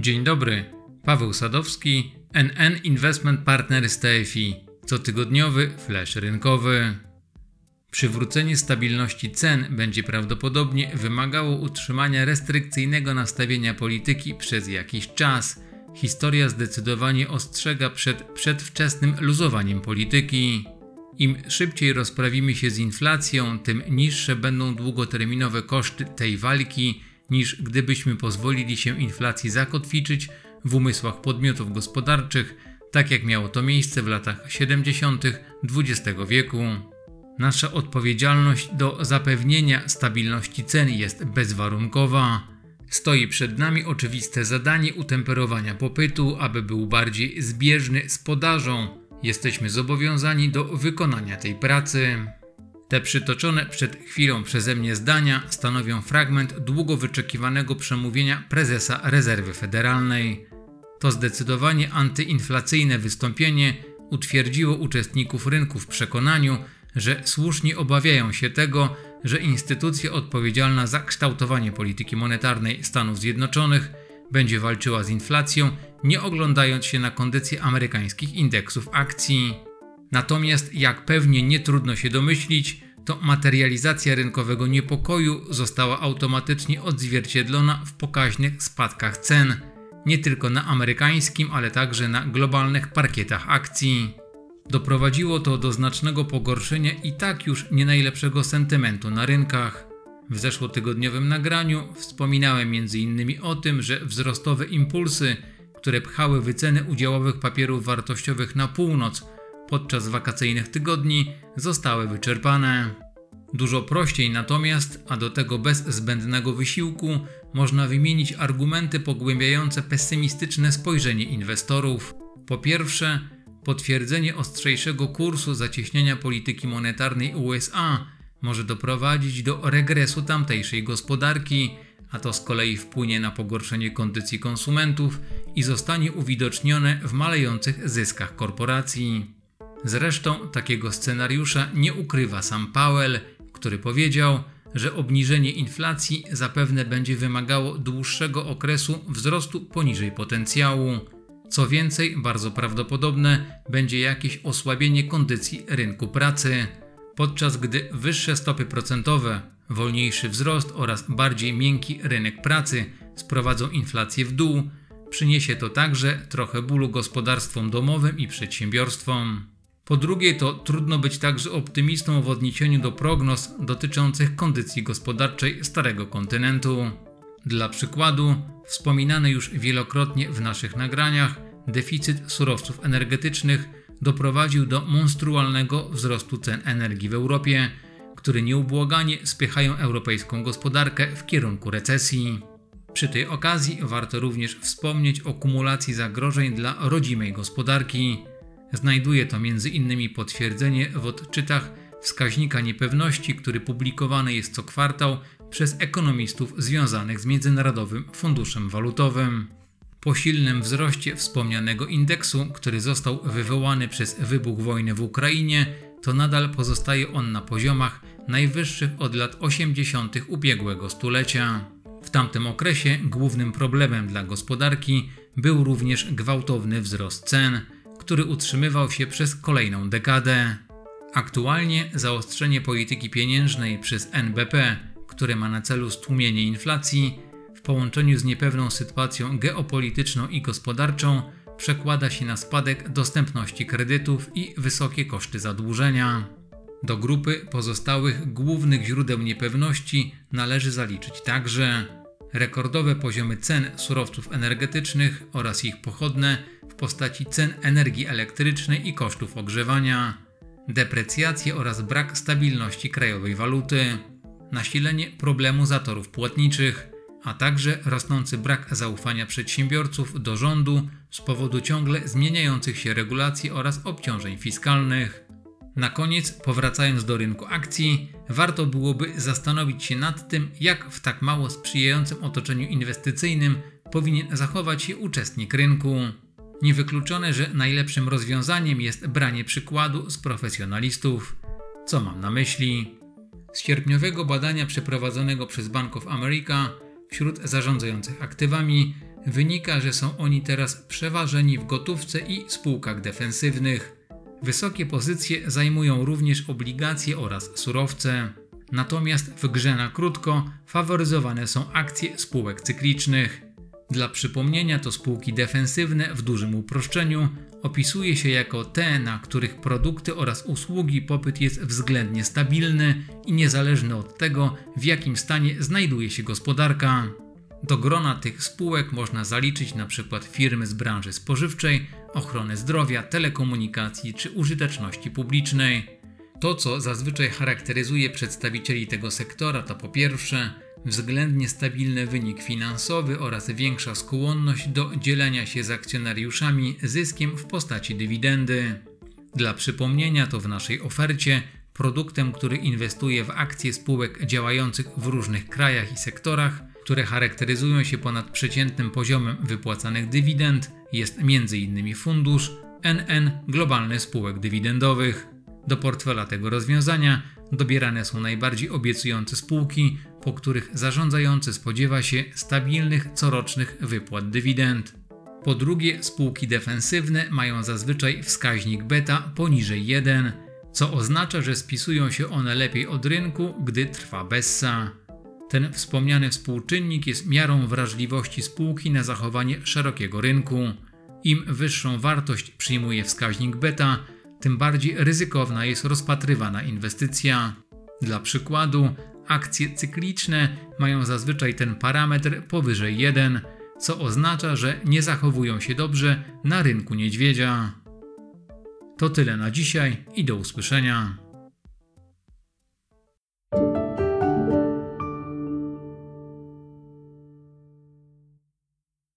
Dzień dobry, Paweł Sadowski, NN Investment Partners TFI, cotygodniowy flash rynkowy. Przywrócenie stabilności cen będzie prawdopodobnie wymagało utrzymania restrykcyjnego nastawienia polityki przez jakiś czas. Historia zdecydowanie ostrzega przed przedwczesnym luzowaniem polityki. Im szybciej rozprawimy się z inflacją, tym niższe będą długoterminowe koszty tej walki, niż gdybyśmy pozwolili się inflacji zakotwiczyć w umysłach podmiotów gospodarczych, tak jak miało to miejsce w latach 70. XX wieku. Nasza odpowiedzialność do zapewnienia stabilności cen jest bezwarunkowa. Stoi przed nami oczywiste zadanie utemperowania popytu, aby był bardziej zbieżny z podażą. Jesteśmy zobowiązani do wykonania tej pracy. Te przytoczone przed chwilą przeze mnie zdania stanowią fragment długo wyczekiwanego przemówienia prezesa Rezerwy Federalnej. To zdecydowanie antyinflacyjne wystąpienie utwierdziło uczestników rynku w przekonaniu, że słusznie obawiają się tego, że instytucja odpowiedzialna za kształtowanie polityki monetarnej Stanów Zjednoczonych będzie walczyła z inflacją, nie oglądając się na kondycję amerykańskich indeksów akcji. Natomiast, jak pewnie nie trudno się domyślić, to materializacja rynkowego niepokoju została automatycznie odzwierciedlona w pokaźnych spadkach cen, nie tylko na amerykańskim, ale także na globalnych parkietach akcji. Doprowadziło to do znacznego pogorszenia i tak już nie najlepszego sentymentu na rynkach. W zeszłotygodniowym nagraniu wspominałem m.in. o tym, że wzrostowe impulsy, które pchały wyceny udziałowych papierów wartościowych na północ podczas wakacyjnych tygodni, zostały wyczerpane. Dużo prościej natomiast, a do tego bez zbędnego wysiłku, można wymienić argumenty pogłębiające pesymistyczne spojrzenie inwestorów. Po pierwsze, potwierdzenie ostrzejszego kursu zacieśniania polityki monetarnej USA może doprowadzić do regresu tamtejszej gospodarki, a to z kolei wpłynie na pogorszenie kondycji konsumentów i zostanie uwidocznione w malejących zyskach korporacji. Zresztą takiego scenariusza nie ukrywa sam Powell, który powiedział, że obniżenie inflacji zapewne będzie wymagało dłuższego okresu wzrostu poniżej potencjału. Co więcej, bardzo prawdopodobne będzie jakieś osłabienie kondycji rynku pracy, podczas gdy wyższe stopy procentowe, wolniejszy wzrost oraz bardziej miękki rynek pracy sprowadzą inflację w dół, przyniesie to także trochę bólu gospodarstwom domowym i przedsiębiorstwom. Po drugie, to trudno być także optymistą w odniesieniu do prognoz dotyczących kondycji gospodarczej Starego Kontynentu. Dla przykładu, wspominany już wielokrotnie w naszych nagraniach, deficyt surowców energetycznych doprowadził do monstrualnego wzrostu cen energii w Europie, które nieubłaganie spychają europejską gospodarkę w kierunku recesji. Przy tej okazji warto również wspomnieć o kumulacji zagrożeń dla rodzimej gospodarki. Znajduje to m.in. potwierdzenie w odczytach wskaźnika niepewności, który publikowany jest co kwartał przez ekonomistów związanych z Międzynarodowym Funduszem Walutowym. Po silnym wzroście wspomnianego indeksu, który został wywołany przez wybuch wojny w Ukrainie, to nadal pozostaje on na poziomach najwyższych od lat 80. ubiegłego stulecia. W tamtym okresie głównym problemem dla gospodarki był również gwałtowny wzrost cen, który utrzymywał się przez kolejną dekadę. Aktualnie zaostrzenie polityki pieniężnej przez NBP, które ma na celu stłumienie inflacji, w połączeniu z niepewną sytuacją geopolityczną i gospodarczą przekłada się na spadek dostępności kredytów i wysokie koszty zadłużenia. Do grupy pozostałych głównych źródeł niepewności należy zaliczyć także rekordowe poziomy cen surowców energetycznych oraz ich pochodne w postaci cen energii elektrycznej i kosztów ogrzewania, deprecjację oraz brak stabilności krajowej waluty, nasilenie problemu zatorów płatniczych, a także rosnący brak zaufania przedsiębiorców do rządu z powodu ciągle zmieniających się regulacji oraz obciążeń fiskalnych. Na koniec, powracając do rynku akcji, warto byłoby zastanowić się nad tym, jak w tak mało sprzyjającym otoczeniu inwestycyjnym powinien zachować się uczestnik rynku. Niewykluczone, że najlepszym rozwiązaniem jest branie przykładu z profesjonalistów. Co mam na myśli? Z sierpniowego badania przeprowadzonego przez Bank of America wśród zarządzających aktywami wynika, że są oni teraz przeważeni w gotówce i spółkach defensywnych. Wysokie pozycje zajmują również obligacje oraz surowce. Natomiast w grze na krótko faworyzowane są akcje spółek cyklicznych. Dla przypomnienia to spółki defensywne w dużym uproszczeniu opisuje się jako te, na których produkty oraz usługi popyt jest względnie stabilny i niezależny od tego, w jakim stanie znajduje się gospodarka. Do grona tych spółek można zaliczyć np. firmy z branży spożywczej, ochrony zdrowia, telekomunikacji czy użyteczności publicznej. To, co zazwyczaj charakteryzuje przedstawicieli tego sektora, to po pierwsze względnie stabilny wynik finansowy oraz większa skłonność do dzielenia się z akcjonariuszami zyskiem w postaci dywidendy. Dla przypomnienia to w naszej ofercie produktem, który inwestuje w akcje spółek działających w różnych krajach i sektorach, które charakteryzują się ponadprzeciętnym poziomem wypłacanych dywidend, jest m.in. fundusz NN Globalny Spółek Dywidendowych. Do portfela tego rozwiązania dobierane są najbardziej obiecujące spółki, po których zarządzający spodziewa się stabilnych corocznych wypłat dywidend. Po drugie, spółki defensywne mają zazwyczaj wskaźnik beta poniżej 1, co oznacza, że spisują się one lepiej od rynku, gdy trwa bessa. Ten wspomniany współczynnik jest miarą wrażliwości spółki na zachowanie szerokiego rynku. Im wyższą wartość przyjmuje wskaźnik beta, tym bardziej ryzykowna jest rozpatrywana inwestycja. Dla przykładu, akcje cykliczne mają zazwyczaj ten parametr powyżej 1, co oznacza, że nie zachowują się dobrze na rynku niedźwiedzia. To tyle na dzisiaj i do usłyszenia.